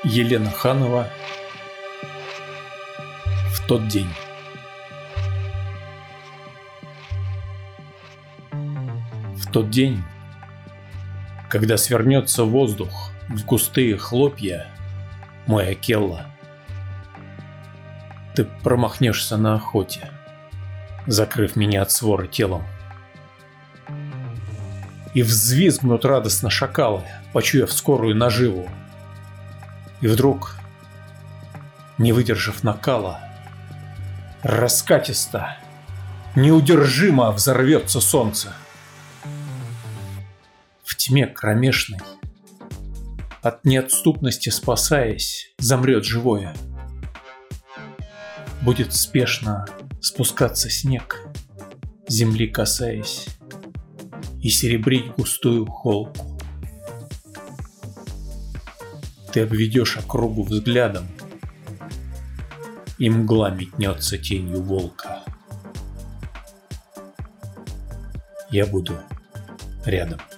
Елена Ханова. В тот день. В тот день, когда свернется воздух в густые хлопья, мой Акелла, ты промахнешься на охоте, закрыв меня от своры телом. И взвизгнут радостно шакалы, почуяв скорую наживу. И вдруг, не выдержав накала, раскатисто, неудержимо взорвется солнце. В тьме кромешной, от неотступности спасаясь, замрет живое. Будет спешно спускаться снег, земли касаясь, и серебрить густую холку. Ты обведешь округу взглядом, и мгла метнется тенью волка. Я буду рядом.